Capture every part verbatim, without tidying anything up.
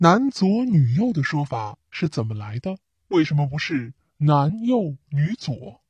男左女右的说法是怎么来的？为什么不是男右女左？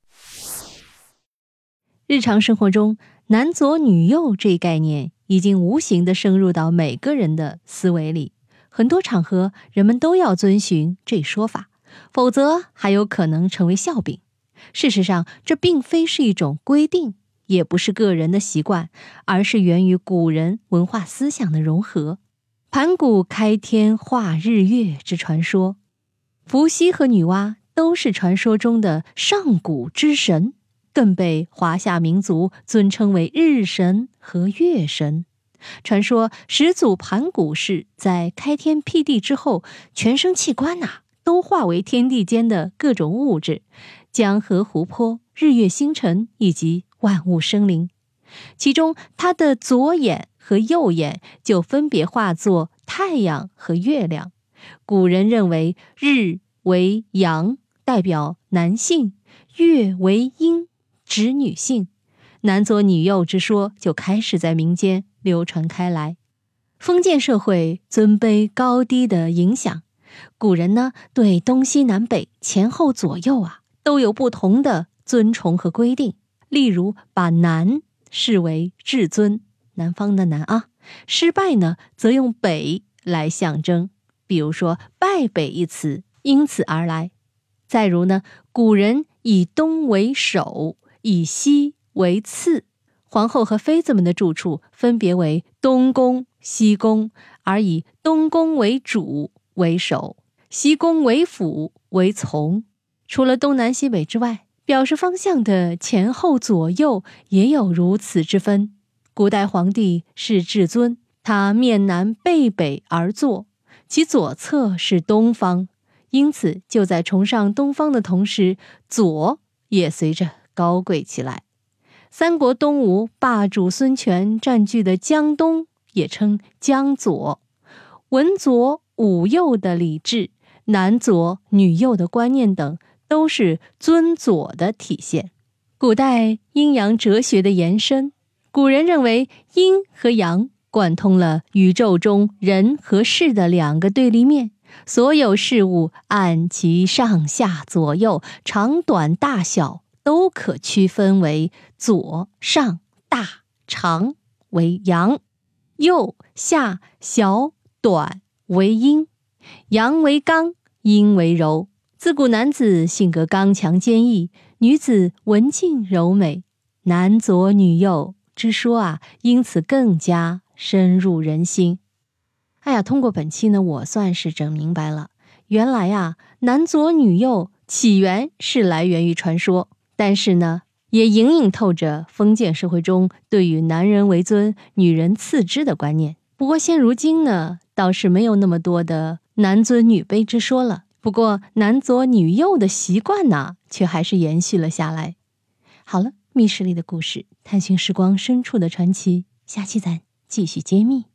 日常生活中，男左女右这一概念已经无形地深入到每个人的思维里，很多场合人们都要遵循这一说法，否则还有可能成为笑柄。事实上，这并非是一种规定，也不是个人的习惯，而是源于古人文化思想的融合。盘古开天化日月之传说，伏羲和女娲都是传说中的上古之神，更被华夏民族尊称为日神和月神。传说始祖盘古氏在开天辟地之后，全身器官呐、啊、都化为天地间的各种物质，江河湖泊、日月星辰以及万物生灵。其中他的左眼和右眼就分别化作太阳和月亮。古人认为日为阳，代表男性；月为阴，指女性。男左女右之说就开始在民间流传开来。封建社会尊卑高低的影响，古人呢对东西南北前后左右啊都有不同的尊崇和规定。例如把男视为至尊，南方的南啊，失败呢则用北来象征，比如说败北一词因此而来。再如呢，古人以东为首，以西为次，皇后和妃子们的住处分别为东宫、西宫，而以东宫为主为首，西宫为辅为从。除了东南西北之外，表示方向的前后左右也有如此之分。古代皇帝是至尊，他面南背北而坐，其左侧是东方，因此就在崇尚东方的同时，左也随着高贵起来。三国东吴霸主孙权占据的江东也称江左。文左武右的礼制，男左女右的观念等，都是尊左的体现。古代阴阳哲学的延伸，古人认为阴和阳贯通了宇宙中人和事的两个对立面，所有事物按其上下左右、长短大小都可区分为左上大长为阳，右下小短为阴，阳为刚，阴为柔。自古男子性格刚强坚毅，女子文静柔美，男左女右之说啊，因此更加深入人心。哎呀，通过本期呢，我算是整明白了，原来啊，男左女右起源是来源于传说，但是呢，也隐隐透着封建社会中对于男人为尊、女人次之的观念。不过现如今呢，倒是没有那么多的男尊女卑之说了。不过男左女右的习惯呢，却还是延续了下来。好了，密室里的故事，探寻时光深处的传奇，下期咱继续揭秘。